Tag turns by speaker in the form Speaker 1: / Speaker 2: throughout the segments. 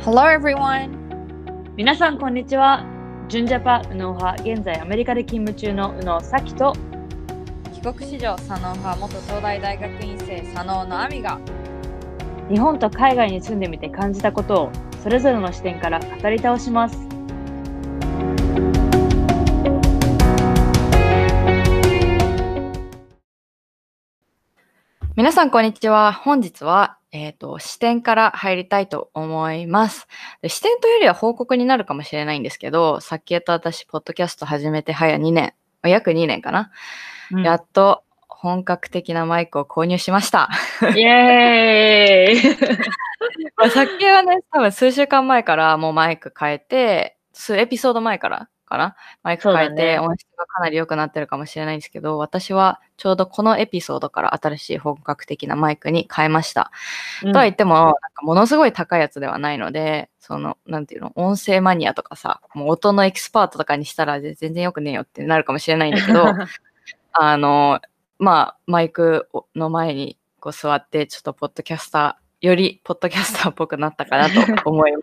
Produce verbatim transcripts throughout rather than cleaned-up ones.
Speaker 1: Hello everyone!
Speaker 2: 皆さんこんにちは。純ジャパ右脳派、現在アメリカで勤務中の右脳咲と
Speaker 1: 帰国子女左脳派元東大大学院生左脳の亜美が
Speaker 2: 日本と海外に住んでみて感じたことをそれぞれの視点から語り倒します。
Speaker 1: 皆さんこんにちは。本日は、えーと、視点から入りたいと思います。で、視点というよりは報告になるかもしれないんですけど、さっき言った私、ポッドキャスト始めて早にねん、約にねんかな。うん、やっと本格的なマイクを購入しました。
Speaker 2: イエーイ
Speaker 1: まあ、さっきはね、多分数週間前からもうマイク変えて、数エピソード前からかなマイク変えて、音質がかなり良くなってるかもしれないんですけど、私はちょうどこのエピソードから新しい本格的なマイクに変えました。うん、とは言っても、なんかものすごい高いやつではないので、その、なんていうの、音声マニアとかさ、もう音のエキスパートとかにしたら全然よくねえよってなるかもしれないんだけど、あの、まあ、マイクの前にこう座って、ちょっとポッドキャスター、よりポッドキャスターっぽくなったかなと思います。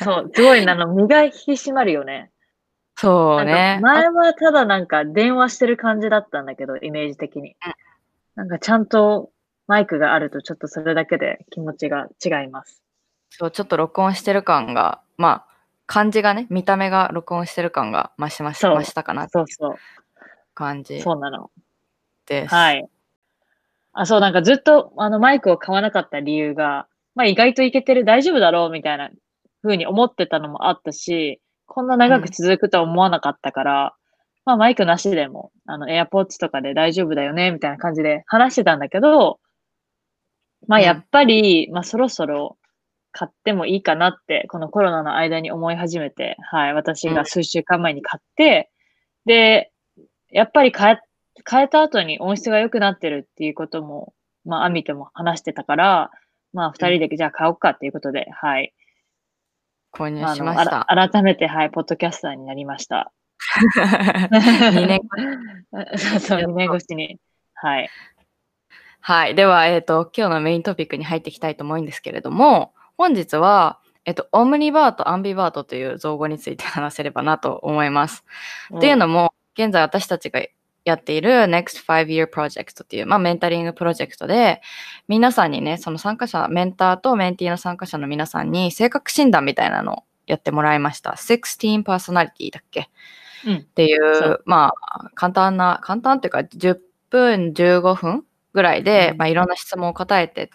Speaker 2: そう、すごいあの身が引き締まるよね。
Speaker 1: そうね。
Speaker 2: 前はただなんか電話してる感じだったんだけど、イメージ的に。なんかちゃんとマイクがあるとちょっとそれだけで気持ちが違います。
Speaker 1: そう、ちょっと録音してる感が、まあ、感じがね、見た目が録音してる感が増しまし、増したかなっていう感じ。
Speaker 2: そうなの。
Speaker 1: です。
Speaker 2: はい。あ、そう、なんかずっとあのマイクを買わなかった理由が、まあ意外といけてる、大丈夫だろうみたいな風に思ってたのもあったし、こんな長く続くとは思わなかったから、うん、まあマイクなしでも、あの AirPods とかで大丈夫だよねみたいな感じで話してたんだけど、まあやっぱり、うん、まあそろそろ買ってもいいかなって、このコロナの間に思い始めて、はい、私が数週間前に買って、うん、で、やっぱり変え、変えた後に音質が良くなってるっていうことも、まあ、アミとも話してたから、まあ、二人でじゃあ買おうかっていうことで、はい。
Speaker 1: 購入しました。
Speaker 2: あの、改めて、はい、ポッドキャスターになりました。
Speaker 1: にねん
Speaker 2: そうそう、にねん越しに。はい。
Speaker 1: はい。では、えっと、今日のメイントピックに入っていきたいと思うんですけれども、本日は、えっと、オムニバート、アンビバートという造語について話せればなと思います。うん、っていうのも、現在私たちがやっている Next ファイブ Year Project っていう、まあ、メンタリングプロジェクトで、皆さんにね、その参加者、メンターとメンティーの参加者の皆さんに性格診断みたいなのをやってもらいました。じゅうろくパーソナリティだっけ、うん、っていう、まあ、簡単な、簡単っていうか、じゅっぷん、じゅうごふんぐらいで、うん、まあ、いろんな質問を答えてって、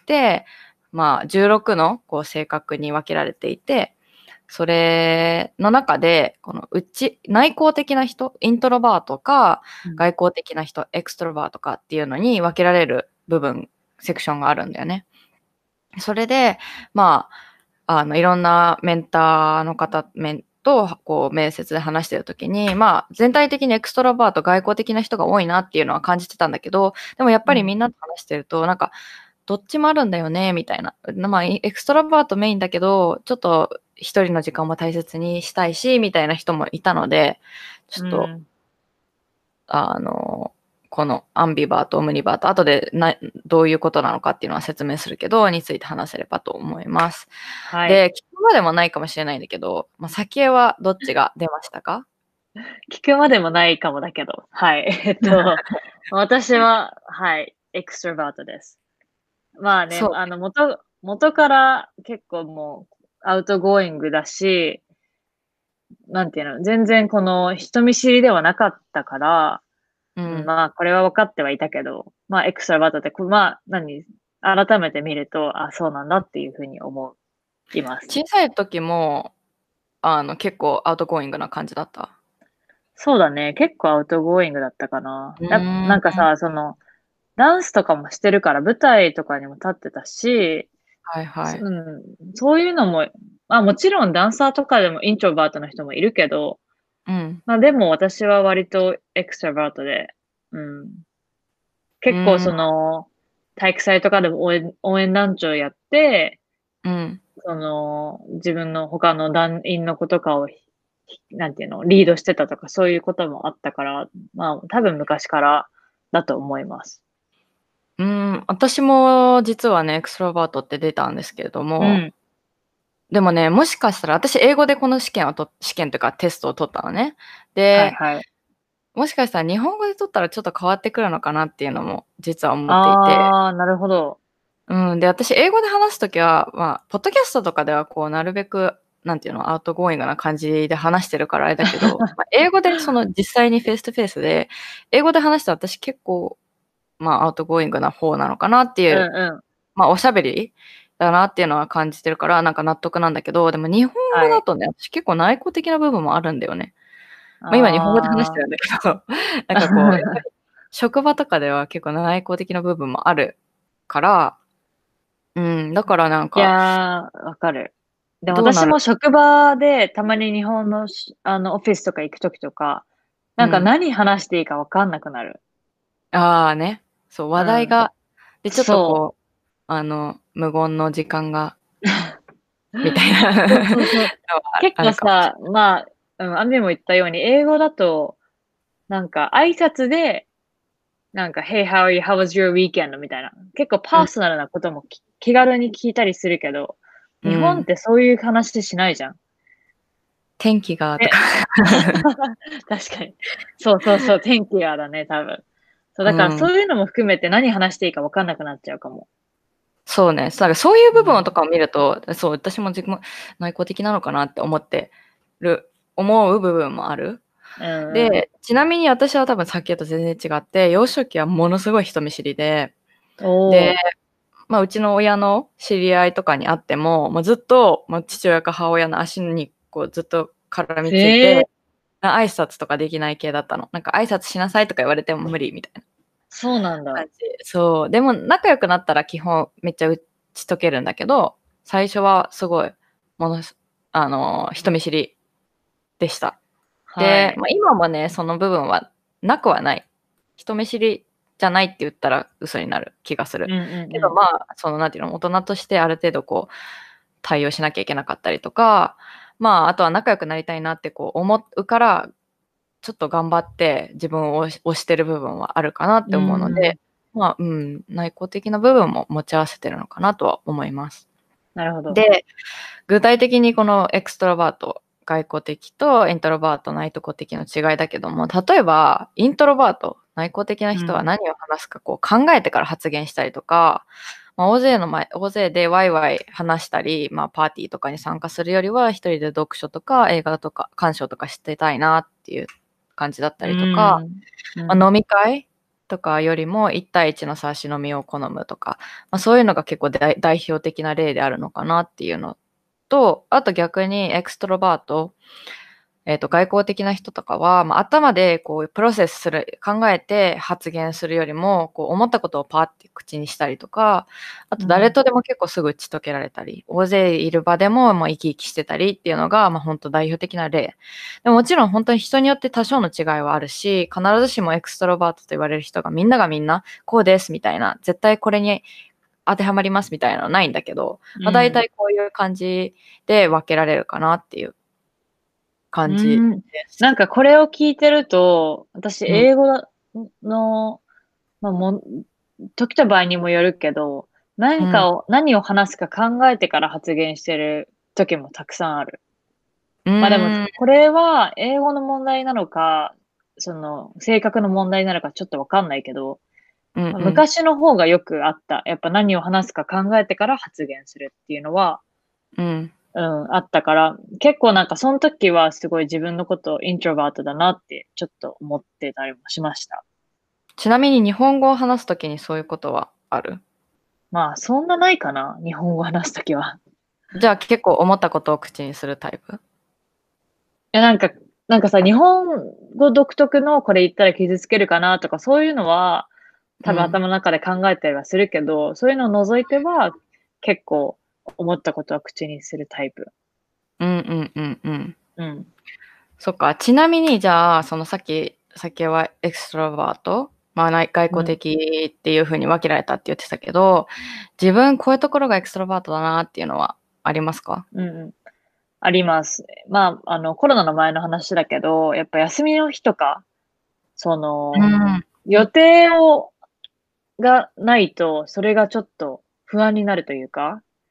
Speaker 1: まあ、じゅうろくのこう性格に分けられていて、それの中で、この内、内向的な人、イントロバートか、外向的な人、うん、エクストロバートかっていうのに分けられる部分、セクションがあるんだよね。それで、まあ、あの、いろんなメンターの方、メンと、こう、面接で話してるときに、まあ、全体的にエクストロバート、外向的な人が多いなっていうのは感じてたんだけど、でもやっぱりみんなと話してると、うん、なんか、どっちもあるんだよね、みたいな。まあ、エクストロバートメインだけど、ちょっと一人の時間も大切にしたいし、みたいな人もいたので、ちょっと、うん、あの、このアンビバート、オムニバート、後でなどういうことなのかっていうのは説明するけど、について話せればと思います。はい、で、聞くまでもないかもしれないんだけど、まあ、先へはどっちが出ましたか？
Speaker 2: 聞くまでもないかもだけど、はい。えっと、私は、はい、エクストロバートです。まあね、あの、元、元から結構もう、アウトゴーイングだし、なんていうの、全然この人見知りではなかったから、うん、まあ、これは分かってはいたけど、まあ、エクストラバートって、まあ、何、改めて見ると、あ、そうなんだっていうふうに思います。
Speaker 1: 小さい時も、あの、結構アウトゴーイングな感じだった？
Speaker 2: そうだね。結構アウトゴーイングだったかな。ななんかさ、その、ダンスとかもしてるから舞台とかにも立ってたし、
Speaker 1: はいはい。
Speaker 2: うん、そういうのも、まあもちろんダンサーとかでもイントロバートの人もいるけど、
Speaker 1: うん、
Speaker 2: まあでも私は割とエクストラバートで、うん、結構その、体育祭とかでも応援応援団長やって、
Speaker 1: うん、
Speaker 2: その、自分の他の団員の子とかを、なんていうの、リードしてたとかそういうこともあったから、まあ多分昔からだと思います。
Speaker 1: うん、私も実はね、エクストロバートって出たんですけれども、うん、 でもね、もしかしたら、私、英語でこの試験をと、試験というかテストを取ったのね。で、
Speaker 2: はいはい。
Speaker 1: もしかしたら日本語で取ったらちょっと変わってくるのかなっていうのも実は思っていて。
Speaker 2: あー、なるほど。
Speaker 1: うん。で、私、英語で話すときは、まあ、ポッドキャストとかでは、こう、なるべく、なんていうの、アウトゴーイングな感じで話してるからあれだけど、まあ、英語で、その、実際にフェイストフェイスで、英語で話したら私結構、まあ、アウトゴーイングな方なのかなっていう、
Speaker 2: うんうん。
Speaker 1: まあ、おしゃべりだなっていうのは感じてるから、なんか納得なんだけど、でも日本語
Speaker 2: はい。
Speaker 1: だとね、私結構内向的な部分もあるんだよね。まあ、今日本語で話して
Speaker 2: あ
Speaker 1: るんだけど、なんかこう、やっぱ
Speaker 2: ー。
Speaker 1: り職場とかでは結構内向的な部分もあるから、うん、だからなん
Speaker 2: い
Speaker 1: か、
Speaker 2: やー、わかる。でも
Speaker 1: どうなる。
Speaker 2: 私も職場でたまに日本のしあの、オフィスとか行くときとか、なんか
Speaker 1: うん。
Speaker 2: 何話していいかわかんなくなる。
Speaker 1: ああね。そう、話題
Speaker 2: うん。
Speaker 1: が、で、ちょっと
Speaker 2: そ
Speaker 1: こう、あの、無言の時間が、
Speaker 2: う。
Speaker 1: みたいなの
Speaker 2: そうそうそう。
Speaker 1: は
Speaker 2: 結
Speaker 1: あるかもし
Speaker 2: 構さ、まあ、うん、アミも言ったように、英語だと、なんか挨拶で、なんか、Hey, how are you? How was your weekend? みたいな。結構パ
Speaker 1: れない。
Speaker 2: ーソナルなこともき気軽に聞いたりするけど、
Speaker 1: うん。
Speaker 2: 日本っ
Speaker 1: うん。
Speaker 2: てそういう話しないじゃん。
Speaker 1: 天気が、とか。
Speaker 2: ね。確かに。そうそうそう、天気がだね、多分。そう、
Speaker 1: う
Speaker 2: だから
Speaker 1: ん。
Speaker 2: そういうのも含めて何話していいか分かんなくなっちゃうかも。
Speaker 1: そうね。そうだからそういう部分
Speaker 2: うん。
Speaker 1: とかを見ると、そう、私も自分内向的なのかなって思ってる、思う部分もある。
Speaker 2: うんうん。
Speaker 1: で、ちなみに私は多分さっきと全然違って、幼少期はものすごい人見知りで、で、
Speaker 2: おお。
Speaker 1: まあ、うちの親の知り合いとかに会っても、もうずっと、まあ、父親か母親の足にこうずっと絡みつい
Speaker 2: へえ、
Speaker 1: て、挨拶とかできない系だったの。なんか挨拶しなさいとか言われても無理みたいな
Speaker 2: そうなんだ。
Speaker 1: 感じ。そう。でも仲良くなったら基本めっちゃ打ち解けるんだけど、最初はすごい、ものす、あの、人見知りでした。で、
Speaker 2: はい。
Speaker 1: まあ、今もね、その部分はなくはない。人見知りじゃないって言ったら嘘になる気がする。
Speaker 2: うんうん
Speaker 1: けど
Speaker 2: うん。
Speaker 1: まあ、そのなんていうの、大人としてある程度こう、対応しなきゃいけなかったりとか、まあ、あとは仲良くなりたいなってこう思うから、ちょっと頑張って自分を押し押してる部分はあるかなっ
Speaker 2: う
Speaker 1: て思うの
Speaker 2: ん。
Speaker 1: で、まあ、うん、内向的な部分も持ち合わせてるのかなとは思います。
Speaker 2: なるほど。
Speaker 1: で、具体的にこのエクストロバート、外向的とイントロバート、内向的の違いだけども、例えば、イントロバート、内向的な人は
Speaker 2: うん。
Speaker 1: 何を話すかこう考えてから発言したりとか、まあ、大勢の前、大勢でワイワイ話したり、まあ、パーティーとかに参加するよりは、一人で読書とか映画とか鑑賞とかしてたいなっていう感じだった
Speaker 2: う
Speaker 1: りとか、
Speaker 2: ん。う
Speaker 1: まあ、
Speaker 2: ん。
Speaker 1: 飲み会とかよりもいち対いちの差し飲みを好むとか、まあ、そういうのが結構代代表的な例であるのかなっていうのと、あと逆にエクストロバート、えっと、外交的な人とかは、まあ、頭でこうプロセスする、考えて発言するよりも、こう思ったことをパーって口にしたりとか、あと誰
Speaker 2: うん。
Speaker 1: とでも結構すぐ打ち解けられたり、大勢いる場でもまあ生き生きしてたりっていうのが、まあ、本当代表的な例。でも、もちろん本当に人によって多少の違いはあるし、必ずしもエクストロバートと言われる人がみんながみんなこうですみたいな、絶対これに当てはまりますみたいなのはないんだけど、まあ、大
Speaker 2: うん。
Speaker 1: 体こういう感じで分けられるかなっていう
Speaker 2: う
Speaker 1: 感じ
Speaker 2: ーん。
Speaker 1: です。
Speaker 2: なんかこれを聞いてると、私
Speaker 1: うん。
Speaker 2: 英語の、まあ、も時と場合にもよるけど、
Speaker 1: うん。
Speaker 2: 何かを何を話すか考えてから発言してる時もたくさんある。
Speaker 1: う
Speaker 2: ま、でも、
Speaker 1: ーん。
Speaker 2: これは英語の問題なのか、その、性格の問題なのかちょっとわかんないけど、ま、
Speaker 1: うんうん。
Speaker 2: 昔の方がよくあった。やっぱ何を話すか考えてから発言するっていうのは、
Speaker 1: うん。
Speaker 2: うん、あったから、結構なんかそん時はすごい自分のことイントロバートだなってちょっと思ってたりもしました。
Speaker 1: ちなみに日本語を話すときにそういうことはある？
Speaker 2: まあ、そんなないかな、日本語話す時は。
Speaker 1: じゃあ結構思ったことを口にするタイプ？
Speaker 2: や、なんかなんかさ、日本語独特のこれ言ったら傷つけるかなとか、そういうのは、多分
Speaker 1: うん。
Speaker 2: 頭の中で考えたりはするけど、そういうのを除いては、結構思ったことは口にするタイプ。
Speaker 1: うんうんうんうん。
Speaker 2: うん。
Speaker 1: そっか。ちなみにじゃあ、そのさっき、さっきはエクストロバート、まあ、ない外向
Speaker 2: うん。
Speaker 1: 的っていう風に分けられたって言ってたけど、自分こういうところがエクストロバートだなっていうのはありますか？
Speaker 2: うんうん。あります。まあ、あの、コロナの前の話だけど、やっぱ休みの日とか、そ
Speaker 1: う
Speaker 2: の、
Speaker 1: ん。
Speaker 2: 予定をがないと、それがちょっと不安になるというか、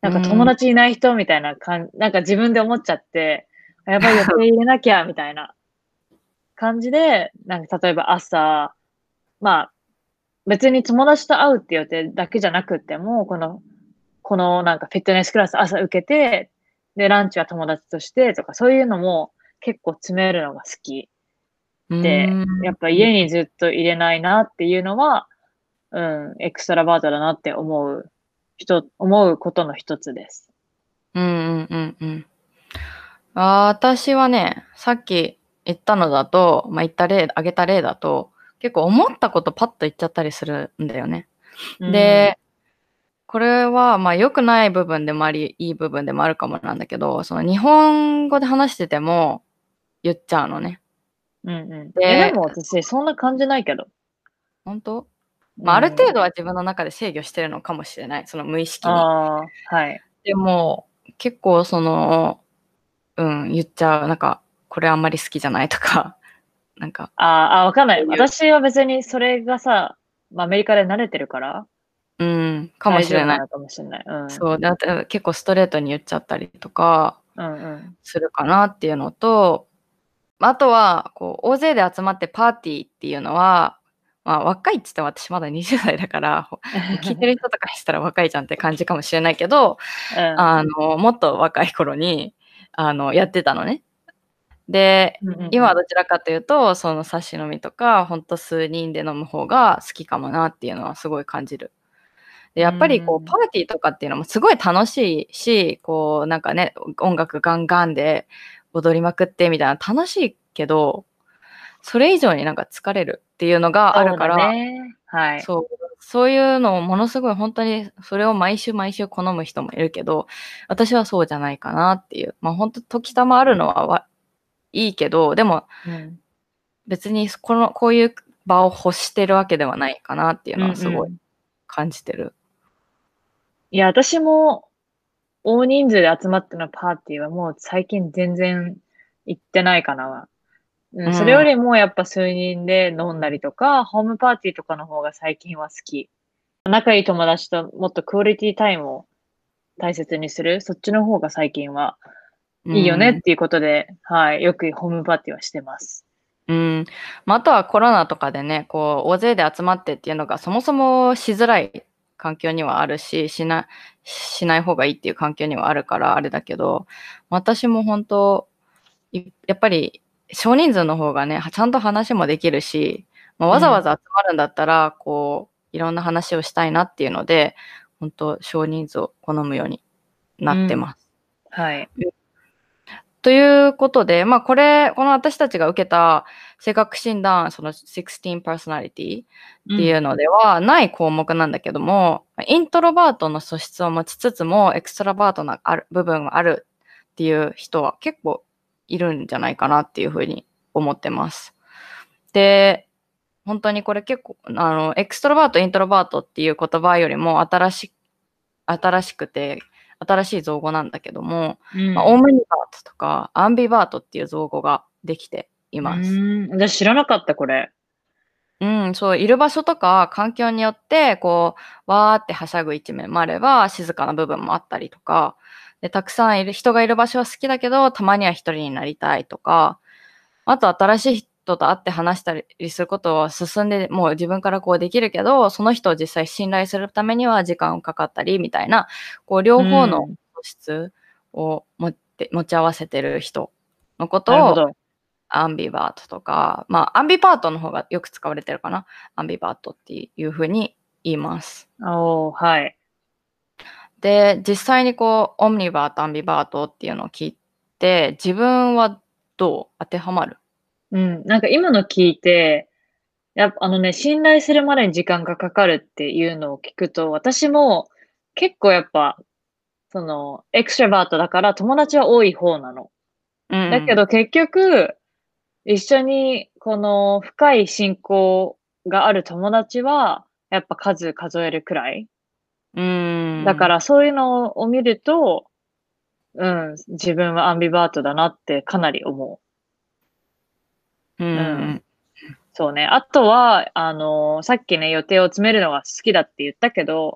Speaker 2: なんか友達いない人みたいな感じ、なんか自分で思っちゃって、やばい予定入れなきゃみたいな感じで、なんか例えば朝、まあ別に友達と会うって予定だけじゃなくっても、この、このなんかフィットネスクラス朝受けて、で、ランチは友達としてとか、そういうのも結構詰めるのが好き
Speaker 1: う
Speaker 2: で、
Speaker 1: ーん。
Speaker 2: やっぱ家にずっと入れないなっていうのは、うん、エクストラバートだなって思う人、思うことの一つです。
Speaker 1: うんうんうんうん。あー私はね、さっき言ったのだと、まあ、言った例、挙げた例だと、結構思ったことパッと言っちゃったりするんだよね。
Speaker 2: うん。
Speaker 1: で、これはまあ良くない部分でもあり、いい部分でもあるかもなんだけど、その日本語で話してても言っちゃうのね。
Speaker 2: うんうん。いや、で
Speaker 1: で、
Speaker 2: も私、そんな感じないけど。
Speaker 1: 本当まあ、ある
Speaker 2: うん。
Speaker 1: 程度は自分の中で制御してるのかもしれない。その無意識に。
Speaker 2: ああ、はい。
Speaker 1: でも、結構その、うん、言っちゃう。なんか、これあんまり好きじゃないとか、なんか、
Speaker 2: ああ、あ、わかんない。
Speaker 1: そういう、
Speaker 2: 私は別にそれがさ、まあ、アメリカで慣れてるから
Speaker 1: うん、かもしれない。
Speaker 2: 大丈夫なのかもしれない。うん。
Speaker 1: そう、だって結構ストレートに言っちゃったりとか
Speaker 2: うんうん。
Speaker 1: するかなっていうのと、あとは、こう、大勢で集まってパーティーっていうのは、まあ、若いって言っても私まだにじゅう代だから、ほ聞いてる人とかにしたら若いじゃんって感じかもしれないけど、
Speaker 2: うん。
Speaker 1: あの、もっと若い頃に、あの、やってたのね。で、
Speaker 2: うんうんうん。
Speaker 1: 今はどちらかというと、その差し飲みとか、ほんと数人で飲む方が好きかもなっていうのはすごい感じる。で、
Speaker 2: う
Speaker 1: やっぱりこう、パ
Speaker 2: ん。
Speaker 1: ーティーとかっていうのもすごい楽しいし、こう、なんかね、音楽ガンガンで踊りまくってみたいな楽しいけど、それ以上になんか疲れるっていうのがあ
Speaker 2: そうだ
Speaker 1: るから、
Speaker 2: ね。はい。
Speaker 1: そう、そういうのをものすごい本当にそれを毎週毎週好む人もいるけど、私はそうじゃないかなっていう。まあ本当時たまあるのはわいいけど、でも
Speaker 2: うん。
Speaker 1: 別にこの、こういう場を欲してるわけではないかなっていう
Speaker 2: うん
Speaker 1: のはすごい
Speaker 2: うん。
Speaker 1: 感じてる。
Speaker 2: いや、私も大人数で集まってのパーティーはもう最近全然行ってないかな。うん、それよ
Speaker 1: うん。
Speaker 2: りもやっぱ数人で飲んだりとか、ホームパーティーとかの方が最近は好き。仲いい友達ともっとクオリティタイムを大切にする。そっちの方が最近は
Speaker 1: うん。
Speaker 2: いいよねっていうことで、はい、よくホームパーティーはしてます。
Speaker 1: うん。まあ、あとはコロナとかでね、こう、大勢で集まってっていうのがそもそもしづらい環境にはあるし、しな、しない方がいいっていう環境にはあるからあれだけど、私も本当、いやっぱり少人数の方がね、ちゃんと話もできるし、まあ、わざわ
Speaker 2: うん。
Speaker 1: ざ集まるんだったら、こう、いろんな話をしたいなっていうので、本当少人数を好むようにな
Speaker 2: うん。
Speaker 1: ってます。
Speaker 2: はい。
Speaker 1: ということで、まあこれ、この私たちが受けた性格診断、そのじゅうろくパーソナリティっていう
Speaker 2: うん。
Speaker 1: のではない項目なんだけども、イントロバートの素質を持ちつつも、エクストラバートなある部分があるっていう人は結構いるんじゃないかなっていうふうに思ってます。で、本当にこれ結構、あの、エクストロバート、イントロバートっていう言葉よりも新し、新しくて、新しい造語なんだけども、まあ、オ
Speaker 2: うん。
Speaker 1: ームニバートとかアンビバートっていう造語ができてい
Speaker 2: う
Speaker 1: ます。
Speaker 2: ーん。私知らなかった、これ。
Speaker 1: うん、そう、いる場所とか環境によって、こう、わーってはしゃぐ一面もあれば、静かな部分もあったりとか、で、たくさんいる、人がいる場所は好きだけど、たまには一人になりたいとか、あと新しい人と会って話したりすることは進んで、もう自分からこうできるけど、その人を実際信頼するためには時間かかったりみたいな、こう
Speaker 2: う
Speaker 1: 両方の
Speaker 2: ん。
Speaker 1: 素質を持って、持ち合わせてる人のことを
Speaker 2: なるほど。
Speaker 1: アンビバートとか、まあアンビバートの方がよく使われてるかな。アンビバートっていうふうに言います。
Speaker 2: おー、はい。
Speaker 1: で、実際にこう、オムニバート、アンビバートっていうのを聞いて、自分はどう当てはまる？
Speaker 2: うん。なんか今の聞いて、やっぱあのね、信頼するまでに時間がかかるっていうのを聞くと、私も結構やっぱ、その、エクストラバートだから友達は多い方なの。
Speaker 1: うん。
Speaker 2: だけど結局、一緒にこの深い信仰がある友達は、やっぱ数数えるくらい。
Speaker 1: うーん。
Speaker 2: だからそういうのを見ると、うん、自分はアンビバートだなってかなり思
Speaker 1: う
Speaker 2: う。うん。
Speaker 1: ん。
Speaker 2: そうね。あとは、あの、さっきね、予定を詰めるのが好きだって言ったけど、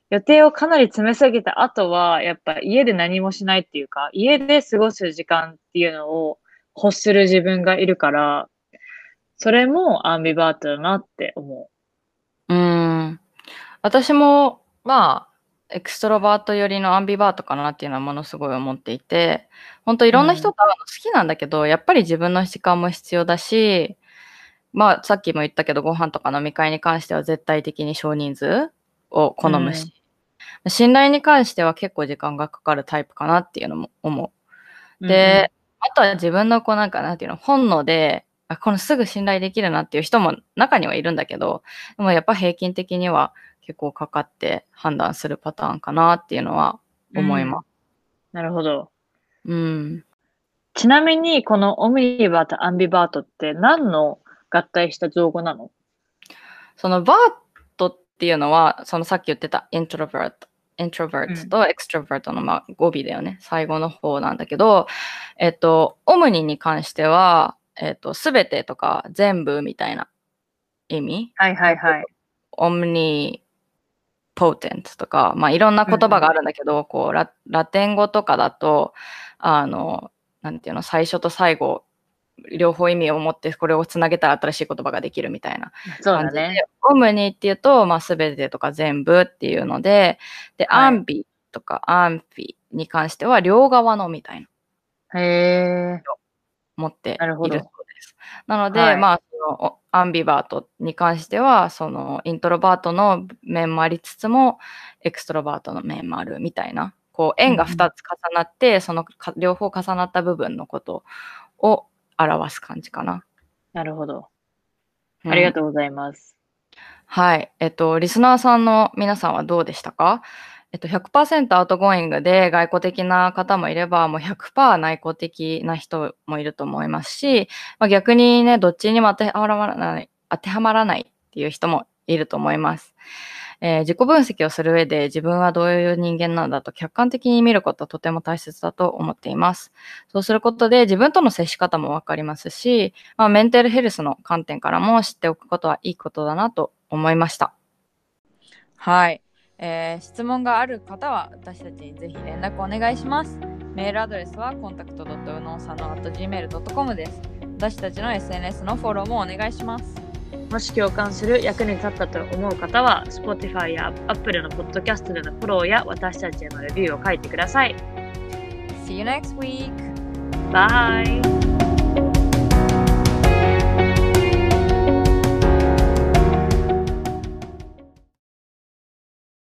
Speaker 2: 予定をかなり詰めすぎた後は、やっぱ家で何もしないっていうか、家で過ごす時間っていうのを欲する自分がいるから、それもアンビバートだなって思
Speaker 1: う。うーん。私も、まあ、エクストロバート寄りのアンビバートかなっていうのはものすごい思っていて、本当い
Speaker 2: う。う
Speaker 1: ろんな人
Speaker 2: ん。
Speaker 1: と会うの好きなんだけど、やっぱり自分の時間も必要だし、まあ、さっきも言ったけど、ご飯とか飲み会に関しては絶対的に少人数を好むし、信頼に関しては結構時間がかかるタイプかなっていうのも思う。
Speaker 2: うんう
Speaker 1: で、あとは自分のこうなんかなんていうの、本能で、あ、このすぐ信頼できるなっていう人も中にはいるんだけど、でもやっぱ平均的には結構かかって判断するパターンかなっていうのは
Speaker 2: ん。うん。
Speaker 1: 思います。
Speaker 2: なるほど。
Speaker 1: うん。
Speaker 2: ちなみに、このオムニバーとアンビバートって何の合体した造語なの？
Speaker 1: そのバートっていうのは、そのさっき言ってたイントロバート、イントロバート
Speaker 2: うん。
Speaker 1: とエクストロバートのまあ語尾だよね。最後の方なんだけど、えっと、オムニに関しては、えっと、すべてとか全部みたいな意味。
Speaker 2: はいはいはい。
Speaker 1: オムニポーテントとか、まあ、いろんな
Speaker 2: うんうん。
Speaker 1: 言葉があるんだけど、こうラ、ラテン語とかだと、あの、なんていうの、最初と最後、両方意味を持ってこれをつなげたら新しい言葉ができるみたいな感じで、
Speaker 2: そうだね。
Speaker 1: オムニっていうと、まあ、すべてとか全部っていうので、で、ア
Speaker 2: はい。
Speaker 1: ンビとかアンフィに関しては両側のみたいな
Speaker 2: へえ、
Speaker 1: 持っているそ
Speaker 2: なるほど。
Speaker 1: うです。なので、
Speaker 2: はい。
Speaker 1: まあ、そのおアンビバートに関しては、そのイントロバートの面もありつつも、エクストロバートの面もあるみたいな、こう円が
Speaker 2: うんうん。
Speaker 1: ふたつ重なって、そのか両方重なった部分のことを表す感じかな。
Speaker 2: なるほど。
Speaker 1: うん。
Speaker 2: ありがとうございます。
Speaker 1: はい。えっと、リスナーさんの皆さんはどうでしたか？えっと、ひゃくパーセントアウトゴーイングで外交的な方もいれば、もうひゃくパーセント内向的な人もいると思いますし、まあ、逆にね、どっちにも当てはまらない、当てはまらないっていう人もいると思います。えー自己分析をする上で自分はどういう人間なんだと客観的に見ることはとても大切だと思っています。そうすることで自分との接し方もわかりますし、まあ、メンタルヘルスの観点からも知っておくことはいいことだなと思いました。はい、えー質問がある方は私たちにぜひ連絡お願いします。メールアドレスは コンタクト ドット ウノンサノ アット ジーメール ドット コム です。私たちの エスエヌエス のフォローもお願いします。
Speaker 2: もし共感する役に立ったと思う方は、Spotify や Apple のポッドキャストでのフォローや私たちへのレビューを書いてください。
Speaker 1: See you next week!
Speaker 2: Bye!